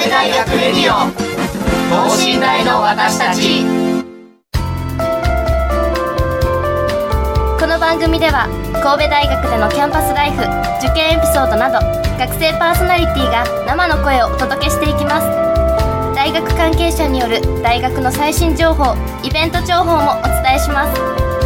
神戸大学レディオ等身大の私たち。 この番組では神戸大学でのキャンパスライフ、受験エピソードなど学生パーソナリティが生の声をお届けしていきます。大学関係者による大学の最新情報、イベント情報もお伝えします。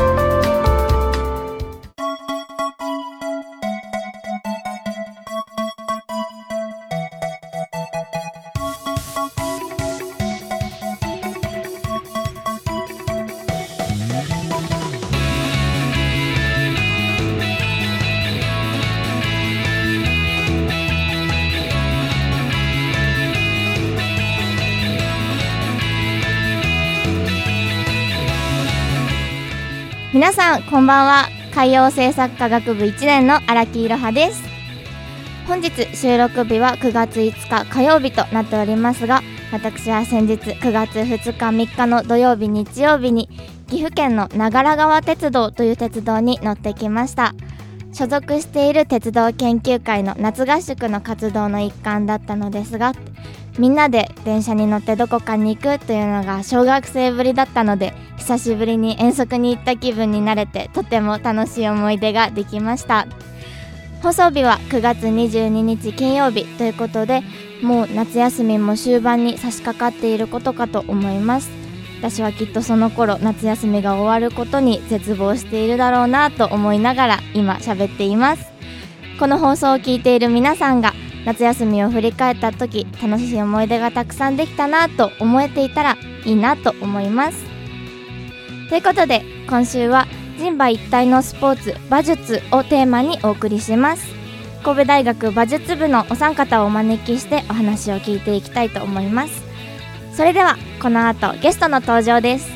皆さんこんばんは。海洋政策科学部1年の荒木いろはです。本日収録日は9月5日火曜日となっておりますが、私は先日9月2日3日の土曜日日曜日に岐阜県の長良川鉄道という鉄道に乗ってきました。所属している鉄道研究会の夏合宿の活動の一環だったのですが、みんなで電車に乗ってどこかに行くというのが小学生ぶりだったので、久しぶりに遠足に行った気分になれて、とても楽しい思い出ができました。放送日は9月22日金曜日ということで、もう夏休みも終盤に差し掛かっていることかと思います。私はきっとその頃夏休みが終わることに絶望しているだろうなと思いながら今喋っています。この放送を聞いている皆さんが夏休みを振り返った時、楽しい思い出がたくさんできたなと思えていたらいいなと思います。ということで今週は人馬一体のスポーツ馬術をテーマにお送りします。神戸大学馬術部のお三方をお招きしてお話を聞いていきたいと思います。それではこの後ゲストの登場です。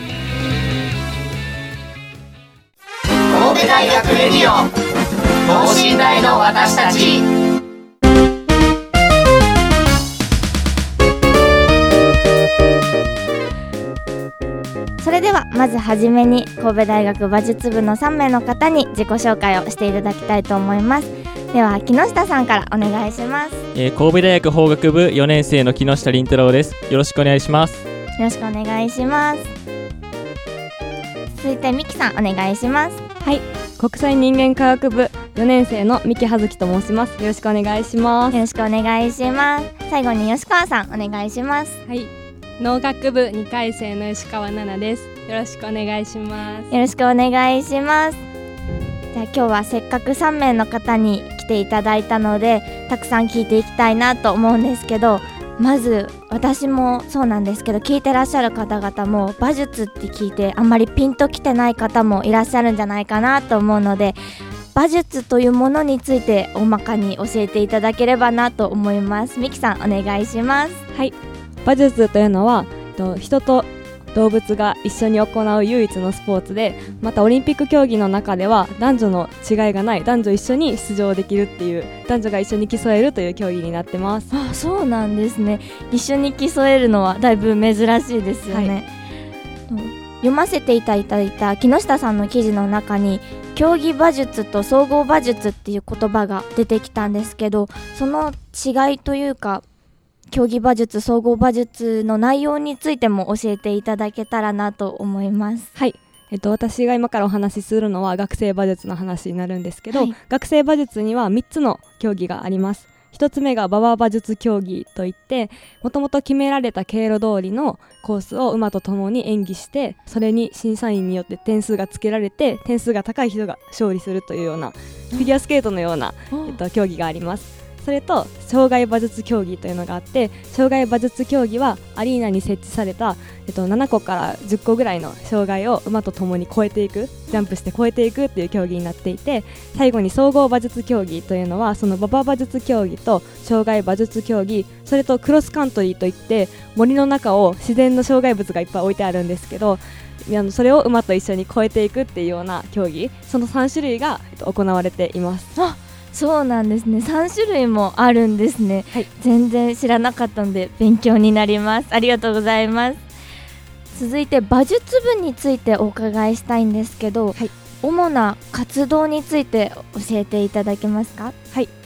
神戸大学レディオ等身大の私たち。 それではまずはじめに神戸大学馬術部の3名の方に自己紹介をしていただきたいと思います。では木下さんからお願いします。 神戸大学法学部4年生の木下凛太郎です。よろしくお願いします。 よろしくお願いします。続いてみきさんお願いします。 はい、国際人間科学部4年生の三木葉月と申します。よろしくお願いします。 よろしくお願いします。最後に吉川さんお願いします。 はい、農学部2回生の吉川奈々です。よろしくお願いします。 よろしくお願いします。じゃあ今日はせっかく3名の方に来ていただいたので、たくさん聞いていきたいなと思うんですけど、まず私もそうなんですけど、聞いてらっしゃる方々も馬術って聞いてあんまりピンときてない方もいらっしゃるんじゃないかなと思うので、馬術というものについて大まかに教えていただければなと思います。みきさんお願いします。 はい、馬術というのは人と動物が一緒に行う唯一のスポーツで、またオリンピック競技の中では男女の違いがない、男女一緒に出場できるっていう、男女が一緒に競えるという競技になってます。 あ、そうなんですね。一緒に競えるのはだいぶ珍しいですよね。はい、読ませていただいた木下さんの記事の中に競技馬術と総合馬術っていう言葉が出てきたんですけど、その違いというか競技馬術、総合馬術の内容についても教えていただけたらなと思います。 はい、私が今からお話しするのは学生馬術の話になるんですけど、 はい、 学生馬術には3つの競技があります。1つ目が馬場馬術競技といって、もともと決められた経路通りのコースを馬と共に演技して、それに審査員によって点数がつけられて、点数が高い人が勝利するというようなフィギュアスケートのような、競技があります。それと障害馬術競技というのがあって、障害馬術競技はアリーナに設置された、7個から10個ぐらいの障害を馬と共に越えていく、ジャンプして越えていくっていう競技になっていて、最後に総合馬術競技というのはその馬場馬術競技と障害馬術競技、それとクロスカントリーといって森の中を自然の障害物がいっぱい置いてあるんですけど、それを馬と一緒に越えていくっていうような競技、その3種類が行われています。 あ、そうなんですね。3種類もあるんですね。はい、全然知らなかったので勉強になります。ありがとうございます。続いて馬術部についてお伺いしたいんですけど、はい、主な活動について教えていただけますか？ はい、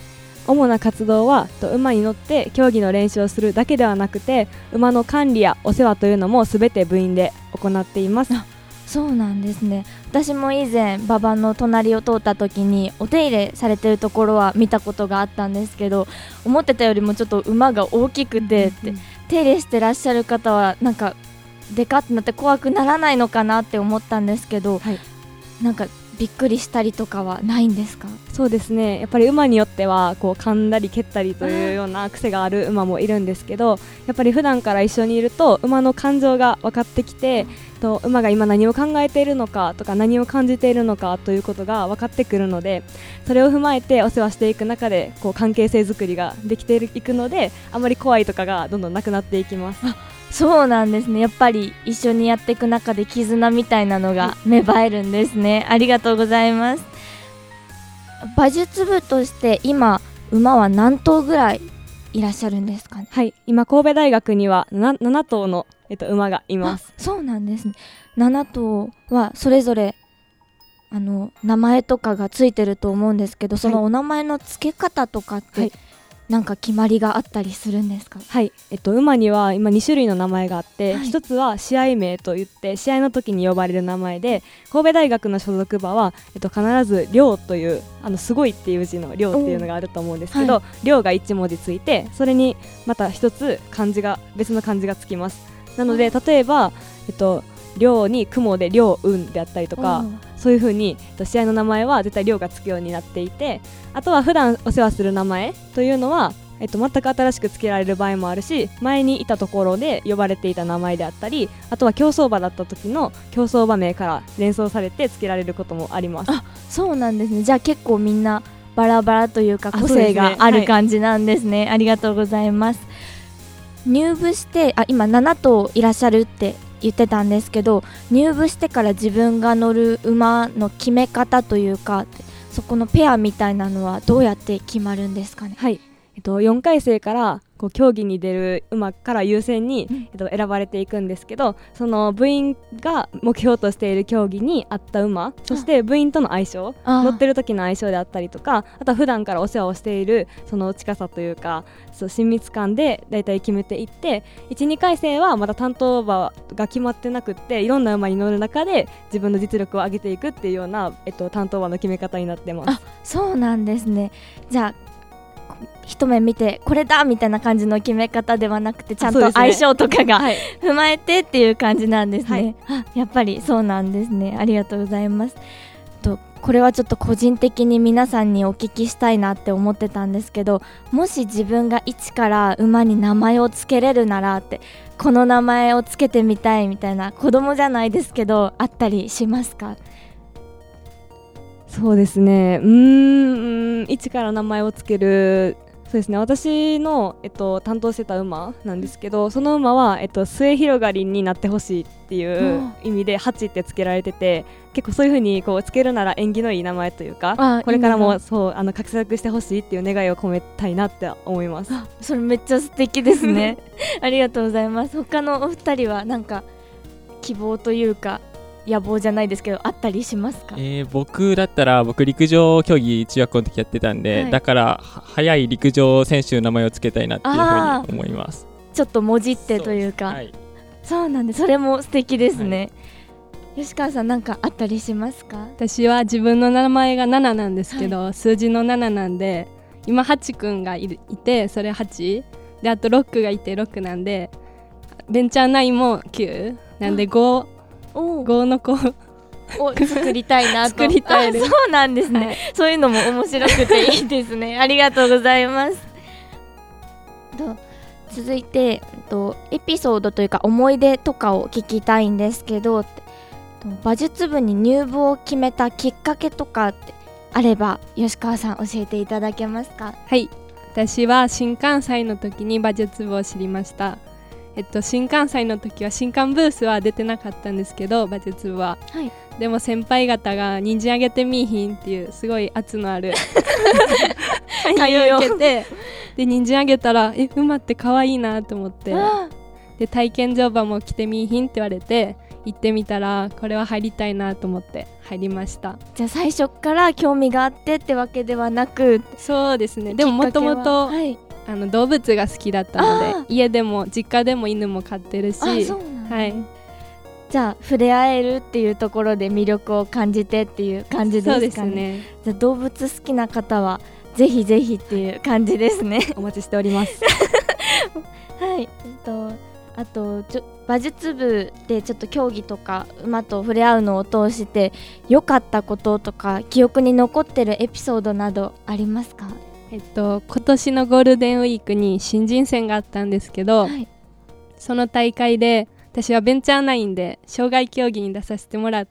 主な活動は馬に乗って競技の練習をするだけではなくて、馬の管理やお世話というのもすべて部員で行っています。 そうなんですね。私も以前馬場の隣を通った時にお手入れされてるところは見たことがあったんですけど、思ってたよりもちょっと馬が大きくて、手入れしてらっしゃる方はなんかでかってなって怖くならないのかなって思ったんですけど、なんかびっくりしたりとかはないんですか？ そうですね、やっぱり馬によってはこう噛んだり蹴ったりというような癖がある馬もいるんですけど、やっぱり普段から一緒にいると馬の感情が分かってきて、馬が今何を考えているのかとか何を感じているのかということが分かってくるので、それを踏まえてお世話していく中でこう関係性づくりができていくので、あまり怖いとかがどんどんなくなっていきます。 そうなんですね。やっぱり一緒にやっていく中で絆みたいなのが芽生えるんですね。ありがとうございます。馬術部として今馬は何頭ぐらいいらっしゃるんですかね？ はい、今神戸大学には 7頭の、馬がいます。 そうなんですね。7頭はそれぞれ名前とかがついてると思うんですけど、そのお名前の付け方とかって、なんか決まりがあったりするんですか？ はい、馬には今2種類の名前があって、一つは試合名といって試合の時に呼ばれる名前で、神戸大学の所属馬は、必ず亮というすごいっていう字の亮っていうのがあると思うんですけど、亮が1文字ついて、それにまた一つ別の漢字がつきます。なので例えば、亮に雲で亮雲であったりとか、そういう風に試合の名前は絶対亮がつくようになっていて、あとは普段お世話する名前というのは、全く新しく付けられる場合もあるし、前にいたところで呼ばれていた名前であったり、あとは競走馬だった時の競走馬名から連想されて付けられることもあります。 そうなんですね。じゃあ結構みんなバラバラというか個性がある感じなんですね。ありがとうございます。入部して今7頭いらっしゃるって言ってたんですけど、入部してから自分が乗る馬の決め方というか、そこのペアみたいなのはどうやって決まるんですかね？ はい、4回生からこう競技に出る馬から優先に、選ばれていくんですけど、その部員が目標としている競技に合った馬、そして部員との相性、乗ってる時の相性であったりとか、あとは普段からお世話をしているその近さというか、親密感でだいたい決めていって、1、2回生はまだ担当馬が決まってなくって、いろんな馬に乗る中で自分の実力を上げていくっていうような、担当馬の決め方になってます。 そうなんですね。じゃあ一目見てこれだみたいな感じの決め方ではなくて、ちゃんと相性とかが、踏まえてっていう感じなんですね。やっぱりそうなんですね。ありがとうございます。これはちょっと個人的に皆さんにお聞きしたいなって思ってたんですけど、もし自分が一から馬に名前をつけれるならって、この名前をつけてみたいみたいな、子供じゃないですけどあったりしますか？ そうですね、一から名前をつける、そうですね、私の、担当してた馬なんですけど、その馬は、末広がりになってほしいっていう意味で8ってつけられてて、結構そういう風にこうつけるなら縁起のいい名前というか、これからもそう活躍してほしいっていう願いを込めたいなって思います。 それめっちゃ素敵ですね。ありがとうございます。他のお二人はなんか希望というか野望じゃないですけどあったりしますか？ 僕だったら、僕陸上競技中学校の時やってたんで、だから速い陸上選手の名前をつけたいなっていうふうに思います。 ちょっともじってというか、そうなんで、それも素敵ですね。吉川さんなんかあったりしますか？ 私は自分の名前が7なんですけど、数字の7なんで、今8くんがいて、それ8で、あと6がいて6なんで、ベンチャー9も9なんで5の子を作りたいなと作りたいです。 そうなんですね、そういうのも面白くていいですね。ありがとうございます。続いてエピソードというか思い出とかを聞きたいんですけど、馬術部に入部を決めたきっかけとかってあれば吉川さん教えていただけますか？ はい、私は新関西の時に馬術部を知りました。新関西の時は新刊ブースは出てなかったんですけど、馬術部は、でも先輩方が人参あげてみいひんっていうすごい圧のある会を受けて、で人参あげたら馬って可愛いなと思って、で体験乗馬も来てみいひんって言われて行ってみたらこれは入りたいなと思って入りました。 じゃあ最初から興味があってってわけではなく。 そうですね。でももともと動物が好きだったので、家でも実家でも犬も飼ってるし、 そうなんだ、 はい、 じゃあ触れ合えるっていうところで魅力を感じてっていう感じですかね。 そうですね。 じゃあ動物好きな方はぜひぜひっていう感じですね。 お待ちしておりますはい、あと馬術部でちょっと競技とか馬と触れ合うのを通して良かったこととか記憶に残ってるエピソードなどありますか？ 今年のゴールデンウィークに新人戦があったんですけど、その大会で私はベンチャー9で障害競技に出させてもらって、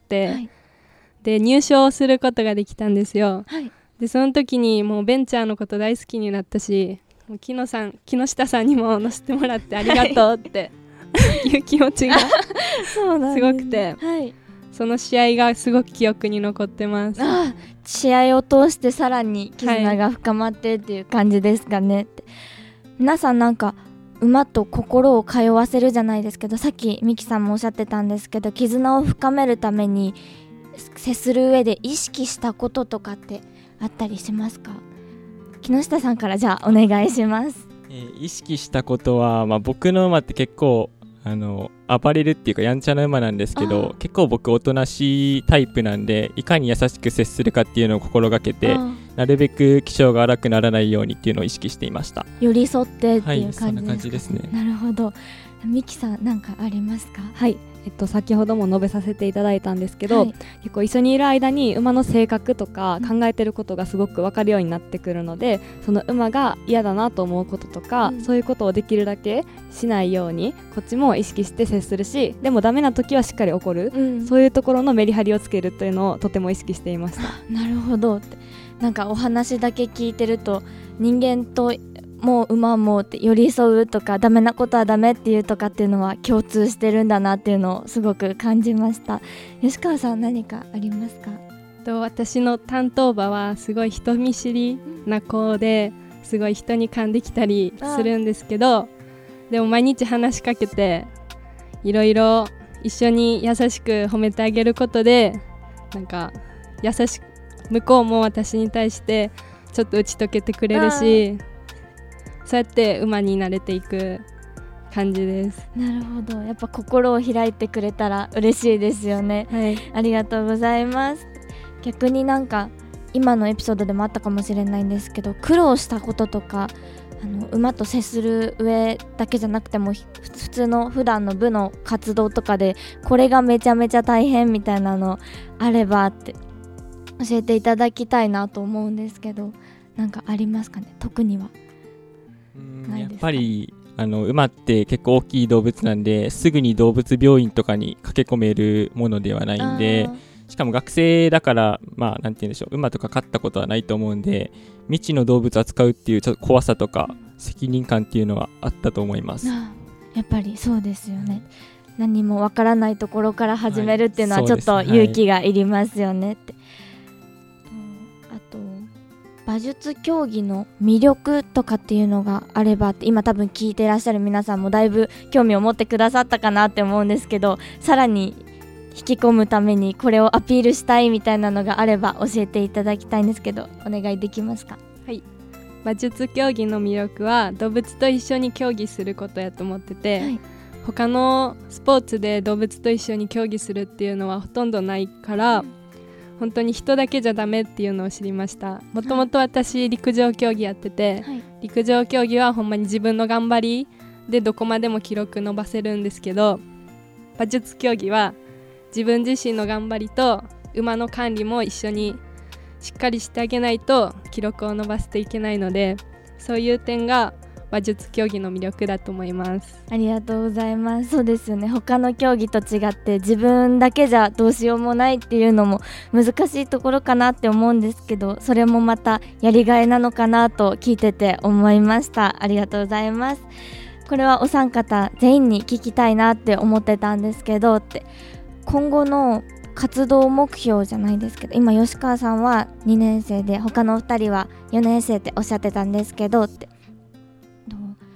で入賞することができたんですよ。でその時にもうベンチャーのこと大好きになったし、もう木下さんにも乗せてもらってありがとうっていう気持ちがすごくて、その試合がすごく記憶に残ってます。 試合を通してさらに絆が深まってっていう感じですかね。皆さんなんか馬と心を通わせるじゃないですけど、さっきミキさんもおっしゃってたんですけど、絆を深めるために接する上で意識したこととかってあったりしますか？木下さんからじゃあお願いします。 意識したことは、僕の馬って結構暴れるっていうかやんちゃな馬なんですけど、結構僕おとなしいタイプなんで、いかに優しく接するかっていうのを心がけて、なるべく気性が荒くならないようにっていうのを意識していました。 寄り添ってっていう感じですか？ そんな感じですね。 なるほど。ミキさんなんかありますか？ はい、先ほども述べさせていただいたんですけど、結構一緒にいる間に馬の性格とか考えてることがすごく分かるようになってくるので、その馬が嫌だなと思うこととか、そういうことをできるだけしないようにこっちも意識して接するし、でもダメな時はしっかり怒る、そういうところのメリハリをつけるというのをとても意識していました。 なるほど。なんかお話だけ聞いてると、人間ともう馬もって寄り添うとか、ダメなことはダメっていうとかっていうのは共通してるんだなっていうのをすごく感じました。吉川さん何かありますか？ 私の担当馬はすごい人見知りな子で、すごい人に噛んできたりするんですけど、でも毎日話しかけていろいろ一緒に優しく褒めてあげることで、なんか優しく向こうも私に対してちょっと打ち解けてくれるし、そうやって馬に慣れていく感じです。 なるほど。やっぱ心を開いてくれたら嬉しいですよね。ありがとうございます。逆になんか今のエピソードでもあったかもしれないんですけど、苦労したこととか、馬と接する上だけじゃなくても普通の普段の部の活動とかでこれがめちゃめちゃ大変みたいなのあればって教えていただきたいなと思うんですけど、なんかありますかね？特にはやっぱり馬って結構大きい動物なんで、すぐに動物病院とかに駆け込めるものではないんで、しかも学生だからなんて言うんでしょう、馬とか飼ったことはないと思うんで、未知の動物を扱うっていうちょっと怖さとか責任感っていうのはあったと思います。 やっぱりそうですよね。何もわからないところから始めるっていうのはちょっと勇気がいりますよねって。あと馬術競技の魅力とかっていうのがあればって、今多分聞いていらっしゃる皆さんもだいぶ興味を持ってくださったかなって思うんですけど、さらに引き込むためにこれをアピールしたいみたいなのがあれば教えていただきたいんですけど、お願いできますか？ はい、馬術競技の魅力は動物と一緒に競技することやと思ってて、他のスポーツで動物と一緒に競技するっていうのはほとんどないから、本当に人だけじゃダメっていうのを知りました。もともと私陸上競技やってて、陸上競技はほんまに自分の頑張りでどこまでも記録伸ばせるんですけど、馬術競技は自分自身の頑張りと馬の管理も一緒にしっかりしてあげないと記録を伸ばしていけないので、そういう点が馬術競技の魅力だと思います。 ありがとうございます。そうですよね。他の競技と違って自分だけじゃどうしようもないっていうのも難しいところかなって思うんですけど、それもまたやりがいなのかなと聞いてて思いました。ありがとうございます。これはお三方全員に聞きたいなって思ってたんですけどって、今後の活動目標じゃないですけど、今吉川さんは2年生で他の2人は4年生っておっしゃってたんですけどって、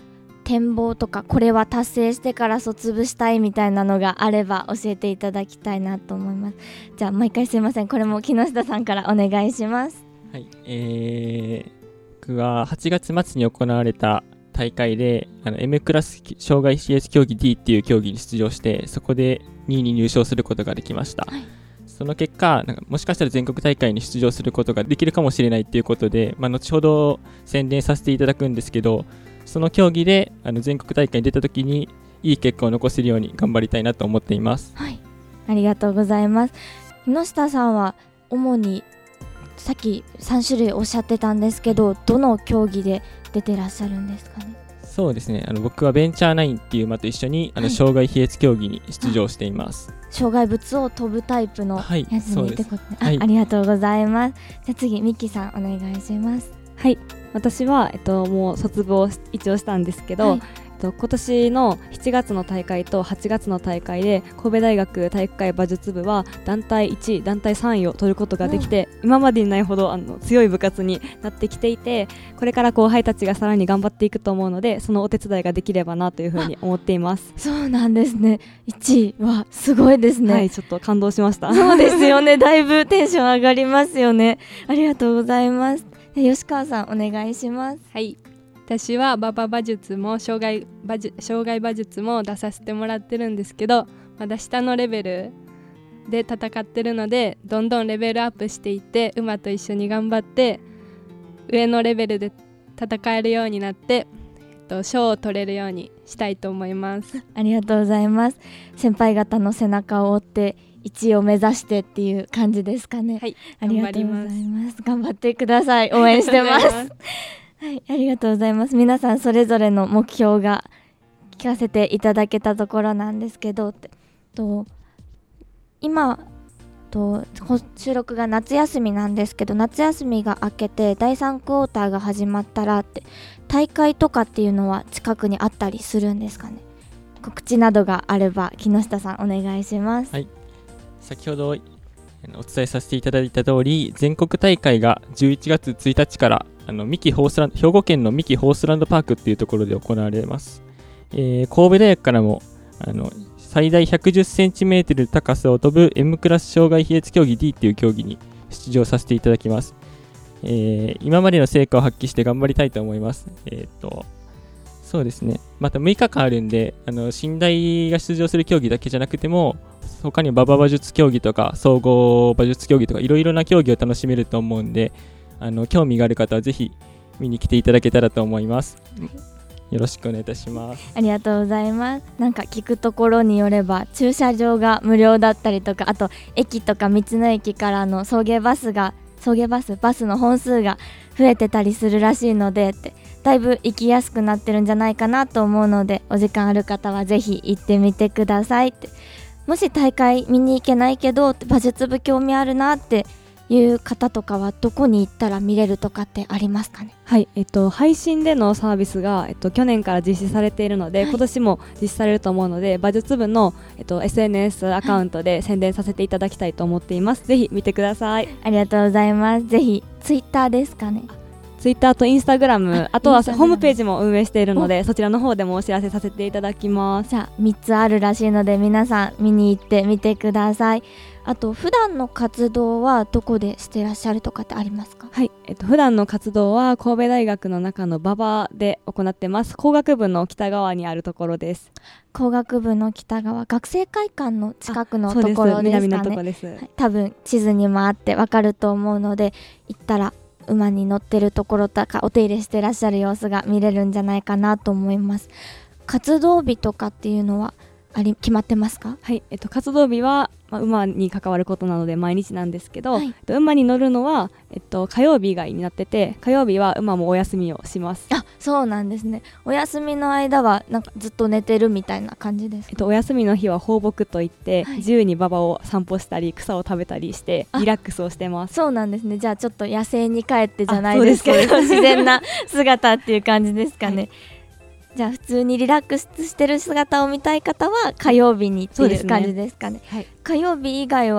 展望とかこれは達成してから卒部したいみたいなのがあれば教えていただきたいなと思います。じゃあ毎回すいません、これも木下さんからお願いします。 はい、僕は8月末に行われた大会でM クラス障害 CS 競技 D っていう競技に出場して、そこで2位に入賞することができました。はい、その結果もしかしたら全国大会に出場することができるかもしれないっていうことで、後ほど宣伝させていただくんですけど、その競技で全国大会に出た時にいい結果を残せるように頑張りたいなと思っています。 はい、ありがとうございます。木下さんは主にさっき3種類おっしゃってたんですけど、どの競技で出てらっしゃるんですかね。 そうですね、僕はベンチャー9っていう馬と一緒に障害飛越競技に出場しています。 障害物を飛ぶタイプのやつにってことね。 はい、 ありがとうございます。じゃあ次ミッキーさんお願いします。 はい、私は、もう卒業を一応したんですけど、はい、今年の7月の大会と8月の大会で神戸大学体育会馬術部は団体1位団体3位を取ることができて、今までにないほど強い部活になってきていて、これから後輩たちがさらに頑張っていくと思うので、そのお手伝いができればなというふうに思っています。 そうなんですね。1位はすごいですね。 はい、ちょっと感動しました。 そうですよね。だいぶテンション上がりますよね。ありがとうございます。吉川さんお願いします。 はい、私は馬場馬術も障害馬術も出させてもらってるんですけど、まだ下のレベルで戦ってるので、どんどんレベルアップしていって馬と一緒に頑張って上のレベルで戦えるようになって、賞を取れるようにしたいと思います。 ありがとうございます。先輩方の背中を追って1位を目指してっていう感じですかね。 はい、 ありがとうございます。頑張ってください。応援してます。はい、ありがとうございます。皆さんそれぞれの目標が聞かせていただけたところなんですけど、今収録が夏休みなんですけど、夏休みが明けて第3クォーターが始まったらって大会とかっていうのは近くにあったりするんですかね。告知などがあれば木下さんお願いします。 はい、先ほどお伝えさせていただいた通り、全国大会が11月1日から兵庫県の三木ホースランドパークっていうところで行われます。神戸大学からも最大110センチメートル高さを飛ぶ M クラス障害飛越競技 D っていう競技に出場させていただきます。今までの成果を発揮して頑張りたいと思います。そうですね、また6日間あるんで、信大が出場する競技だけじゃなくても、他に馬場馬術競技とか総合馬術競技とかいろいろな競技を楽しめると思うんで、興味がある方はぜひ見に来ていただけたらと思います。よろしくお願いいたします。 ありがとうございます。なんか聞くところによれば駐車場が無料だったりとか、あと駅とか道の駅からの送迎バスの本数が増えてたりするらしいので、だいぶ行きやすくなってるんじゃないかなと思うので、お時間ある方はぜひ行ってみてくださいって。もし大会見に行けないけど馬術部興味あるなっていう方とかはどこに行ったら見れるとかってありますかね。 はい、配信でのサービスが、去年から実施されているので、はい、今年も実施されると思うので、馬術部の、SNS アカウントで宣伝させていただきたいと思っています。ぜひ見てください。 ありがとうございます。ぜひツイッターですかね。 ツイッターとインスタグラム、あとはホームページも運営しているので、そちらの方でもお知らせさせていただきます。 じゃあ3つあるらしいので皆さん見に行ってみてください。あと普段の活動はどこでしてらっしゃるとかってありますか。 はい、普段の活動は神戸大学の中の馬場で行っています。工学部の北側にあるところです。 工学部の北側、学生会館の近くのところですかね。 南のところです、はい、 多分地図にもあってわかると思うので、行ったら馬に乗ってるところとかお手入れしてらっしゃる様子が見れるんじゃないかなと思います。活動日とかっていうのは決まってますか。 はい、活動日は、馬に関わることなので毎日なんですけど、はい、馬に乗るのは、火曜日以外になってて、火曜日は馬もお休みをします。 あ、そうなんですね。お休みの間はなんかずっと寝てるみたいな感じですか。 お休みの日は放牧といって、はい、自由に馬場を散歩したり草を食べたりしてリラックスをしてます。 そうなんですね。じゃあちょっと野生に帰ってじゃないですけど自然な姿っていう感じですかね。はい、じゃあ普通にリラックスしてる姿を見たい方は火曜日にっていう感じですかね。はい、火曜日以外は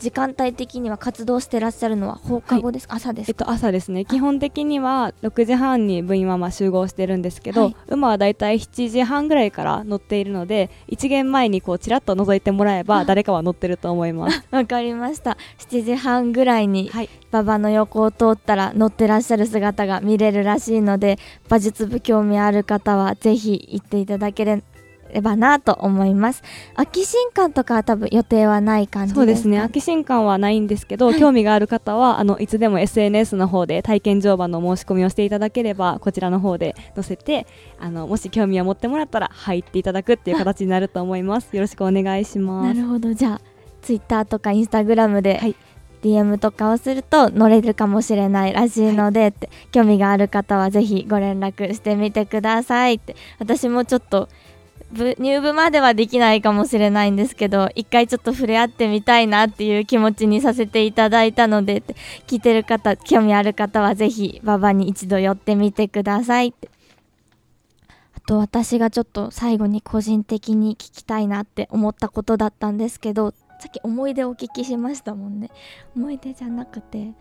時間帯的には活動してらっしゃるのは放課後ですか、朝ですか？ 朝ですね。基本的には6時半に部員は集合してるんですけど、馬はだいたい7時半ぐらいから乗っているので、1限前にこうちらっと覗いてもらえば誰かは乗ってると思います。 わかりました。7時半ぐらいに馬場の横を通ったら乗ってらっしゃる姿が見れるらしいので、馬術部興味ある方はぜひ行っていただければなと思います。秋新館とかは多分予定はない感じですか？ そうですね、秋新館はないんですけど、興味がある方はいつでも SNS の方で体験乗馬の申し込みをしていただければ、こちらの方で載せてもし興味を持ってもらったら入っていただくっていう形になると思います。よろしくお願いします。 なるほど。じゃあツイッターとかインスタグラムで、DM とかをすると乗れるかもしれないらしいので、興味がある方はぜひご連絡してみてくださいって。私もちょっと入部まではできないかもしれないんですけど、一回ちょっと触れ合ってみたいなっていう気持ちにさせていただいたので、聞いてる方、興味ある方はぜひ馬場に一度寄ってみてくださいって。あと私がちょっと最後に個人的に聞きたいなって思ったことだったんですけど、さっき思い出をお聞きしましたもんね。思い出じゃなくて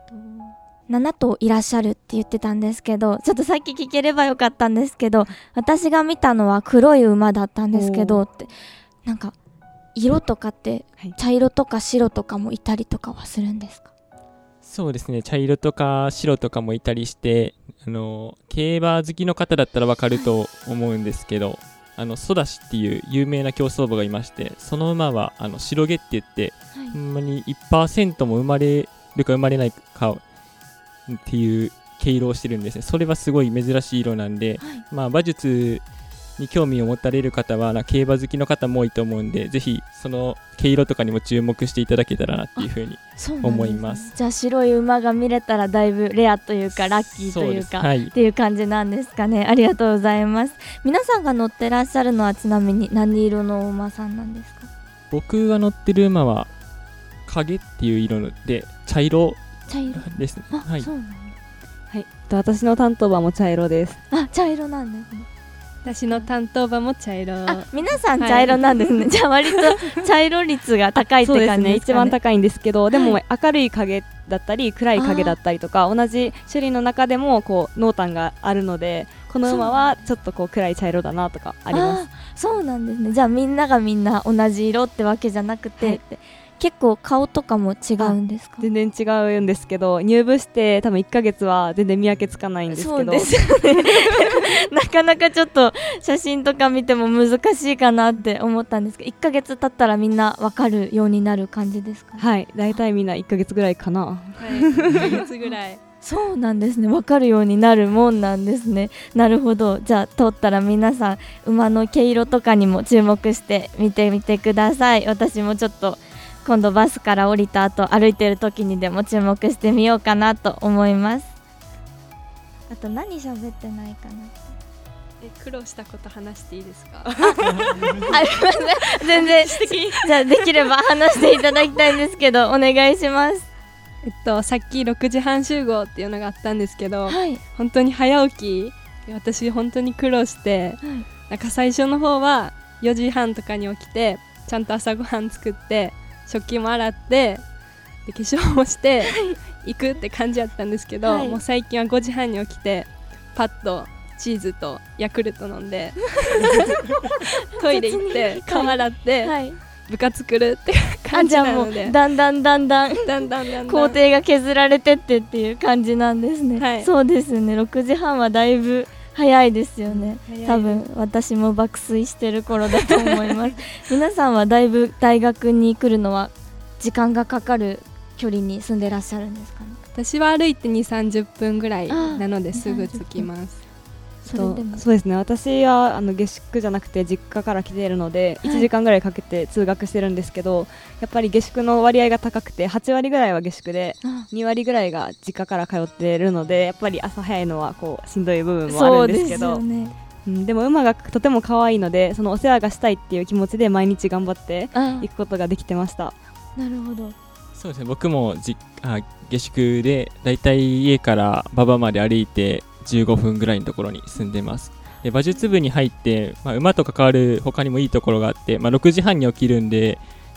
7頭いらっしゃるって言ってたんですけど、ちょっとさっき聞ければよかったんですけど、私が見たのは黒い馬だったんですけどって、なんか色とかって茶色とか白とかもいたりとかはするんですか？ そうですね、茶色とか白とかもいたりして、競馬好きの方だったらわかると思うんですけど、ソダシっていう有名な競走馬がいまして、その馬は白毛って言って、ほんまに 1% も生まれるか生まれないかっていう毛色をしてるんですね。それはすごい珍しい色なんで、馬術に興味を持たれる方は競馬好きの方も多いと思うんで、ぜひその毛色とかにも注目していただけたらなっていうふうに思います。 じゃあ白い馬が見れたらだいぶレアというかラッキーというかっていう感じなんですかね。ありがとうございます。皆さんが乗ってらっしゃるのはちなみに何色の馬さんなんですか？ 僕が乗ってる馬は影っていう色で茶色ですね。 そうなんだ。 私の担当馬も茶色です。 茶色なんですね。 私の担当馬も茶色。 皆さん茶色なんですね。じゃあ割と茶色率が高いって感じですかね。 そうですね、一番高いんですけど、でも明るい影だったり暗い影だったりとか、同じ種類の中でもこう濃淡があるので、この馬はちょっとこう暗い茶色だなとかあります。 そうなんですね。じゃあみんながみんな同じ色ってわけじゃなくて、結構顔とかも違うんですか？ 全然違うんですけど、入部して多分1ヶ月は全然見分けつかないんですけど。 そうですよねなかなかちょっと写真とか見ても難しいかなって思ったんですけど、1ヶ月経ったらみんな分かるようになる感じですか？ はい、だいたいみんな1ヶ月ぐらいかな。 1ヶ月ぐらいそうなんですね。分かるようになるもんなんですね。なるほど。じゃあ通ったら皆さん馬の毛色とかにも注目して見てみてください。私もちょっと今度バスから降りた後歩いてる時にでも注目してみようかなと思います。あと何喋ってないかな。 苦労したこと話していいですか？ 全然じゃあできれば話していただきたいんですけどお願いします。 さっき6時半集合っていうのがあったんですけど、本当に早起き、私本当に苦労して、なんか最初の方は4時半とかに起きてちゃんと朝ごはん作って食器も洗ってで化粧もして行くって感じだったんですけど、もう最近は5時半に起きてパッとチーズとヤクルト飲んでトイレ行って顔洗って、部活来るって感じなので、 だんだん工程が削られてっていう感じなんですね。そうですね。6時半はだいぶ早いですよね。多分私も爆睡してる頃だと思います皆さんはだいぶ大学に来るのは時間がかかる距離に住んでらっしゃるんですかね？ 私は歩いて 2,30 分ぐらいなのですぐ着きます。 そうですね、私は下宿じゃなくて実家から来ているので、1時間ぐらいかけて通学してるんですけど、やっぱり下宿の割合が高くて8割ぐらいは下宿で2割ぐらいが実家から通っているので、やっぱり朝早いのはこうしんどい部分もあるんですけど、でも馬がとても可愛いので、そのお世話がしたいっていう気持ちで毎日頑張っていくことができてました。 なるほど。 そうですね、僕も下宿でだいたい家から馬場まで歩いて15分ぐらいのところに住んでます。で馬術部に入って、馬と関わる他にもいいところがあって、6時半に起きるんで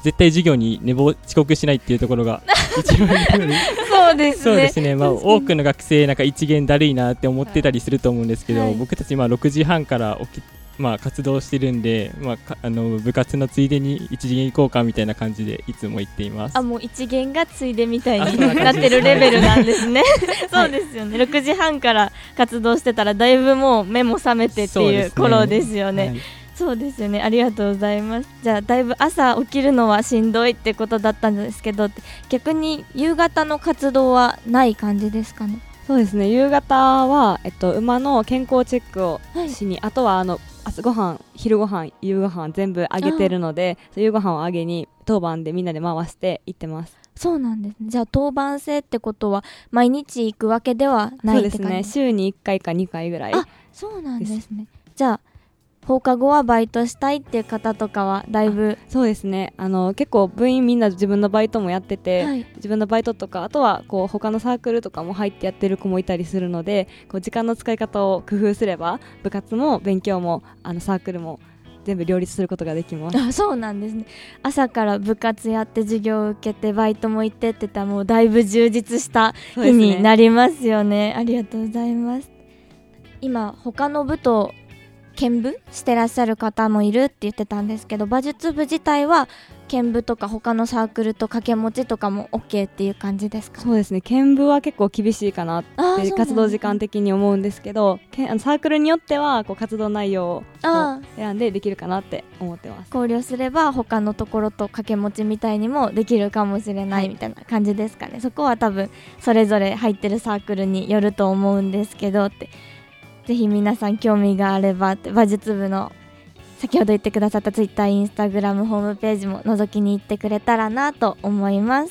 絶対授業に遅刻しないっていうところが一番そうですね。 そうですね、多くの学生なんか一限だるいなって思ってたりすると思うんですけど、僕たち6時半から活動してるんで、部活のついでに一限行こうかみたいな感じでいつも行っています。 もう一限がついでみたいになってるレベルなんですね。そうですよね。6時半から活動してたらだいぶもう目も覚めてっていう頃ですよね。そうですよね。ありがとうございます。じゃあだいぶ朝起きるのはしんどいってことだったんですけど、逆に夕方の活動はない感じですかね。 そうですね、夕方は、馬の健康チェックをしに、あとは朝ごはん、昼ごはん、夕ごはん全部あげてるので、夕ごはんをあげに当番でみんなで回して行ってます。 そうなんですね。じゃあ当番制ってことは毎日行くわけではないって感じ？ そうですね、週に1回か2回ぐらい。 そうなんですね。じゃあ放課後はバイトしたいっていう方とかはだいぶ。 そうですね、結構部員みんな自分のバイトもやってて、自分のバイトとかあとは他のサークルとかも入ってやってる子もいたりするので、時間の使い方を工夫すれば部活も勉強もサークルも全部両立することができます。 そうなんですね。朝から部活やって授業を受けてバイトも行ってってたらもうだいぶ充実した日になりますよね。ありがとうございます。今他の部と兼部してらっしゃる方もいるって言ってたんですけど、馬術部自体は兼部とか他のサークルと掛け持ちとかも OK っていう感じですか？ そうですね、兼部は結構厳しいかなって活動時間的に思うんですけど、サークルによっては活動内容を選んでできるかなって思ってます。 考慮すれば他のところと掛け持ちみたいにもできるかもしれないみたいな感じですかね。そこは多分それぞれ入ってるサークルによると思うんですけどって、ぜひ皆さん興味があればって馬術部の先ほど言ってくださったツイッター、インスタグラム、ホームページも覗きに行ってくれたらなと思います。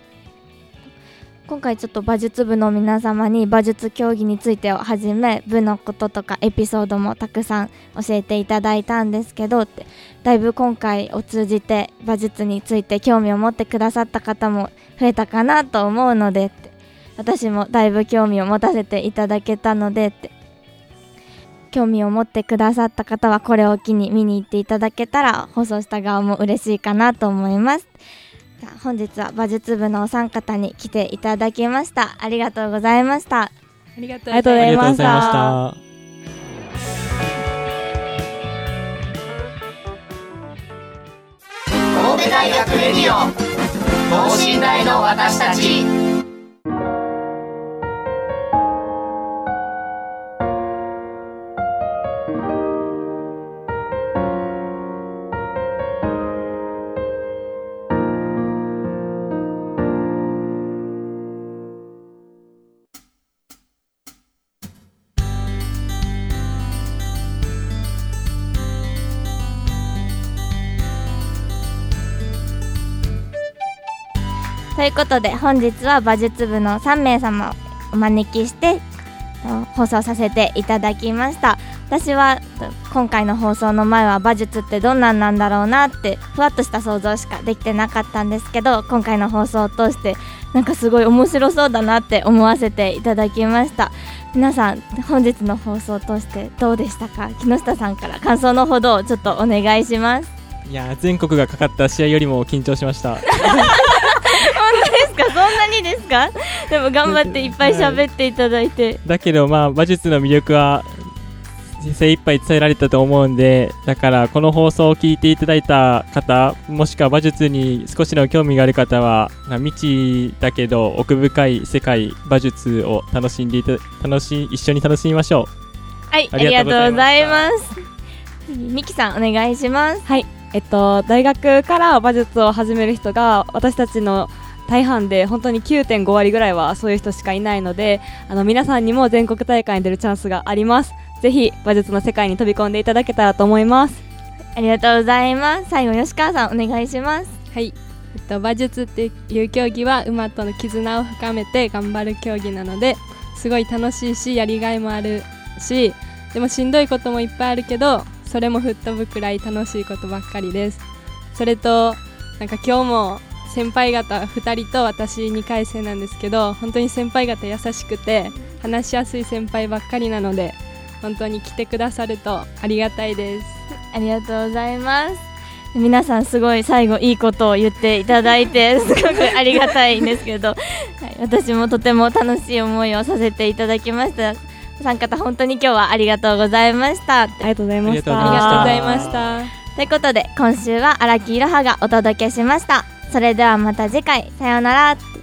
今回ちょっと馬術部の皆様に馬術競技についてをはじめ部のこととかエピソードもたくさん教えていただいたんですけどって、だいぶ今回を通じて馬術について興味を持ってくださった方も増えたかなと思うのでって、私もだいぶ興味を持たせていただけたのでって、興味を持ってくださった方はこれを機に見に行っていただけたら放送した側も嬉しいかなと思います。じゃあ本日は馬術部のお三方に来ていただきました。ありがとうございました。 ありがとうございました。 神戸大学レディオ等身大の私たち。 ということで本日は馬術部の3名様をお招きして放送させていただきました。私は今回の放送の前は馬術ってどんなんなんだろうなってふわっとした想像しかできてなかったんですけど、今回の放送を通してなんかすごい面白そうだなって思わせていただきました。皆さん本日の放送を通してどうでしたか？木下さんから感想のほどをちょっとお願いします。 いや全国がかかった試合よりも緊張しました。 本当ですか？そんなにですか？でも頑張っていっぱい喋っていただいて、 だけど馬術の魅力は精一杯伝えられたと思うんで、だからこの放送を聞いていただいた方、もしくは馬術に少しの興味がある方は未知だけど奥深い世界馬術を一緒に楽しみましょう。 はい、ありがとうございます。次ミキさんお願いします。 はい、大学から馬術を始める人が私たちの大半で本当に 9.5 割ぐらいはそういう人しかいないので、皆さんにも全国大会に出るチャンスがあります。ぜひ馬術の世界に飛び込んでいただけたらと思います。 ありがとうございます。最後吉川さんお願いします。 はい、馬術っていう競技は馬との絆を深めて頑張る競技なので、すごい楽しいしやりがいもあるし、でもしんどいこともいっぱいあるけどそれも吹っ飛ぶくらい楽しいことばっかりです。それとなんか今日も先輩方2人と私2回生なんですけど、本当に先輩方優しくて話しやすい先輩ばっかりなので、本当に来てくださるとありがたいです。 ありがとうございます。 皆さんすごい最後いいことを言っていただいてすごくありがたいんですけど、はい、私もとても楽しい思いをさせていただきました。お三方本当に今日はありがとうございました。 ありがとうございました。 ありがとうございました。 ということで今週は荒木いろはがお届けしました。それではまた次回、さようなら。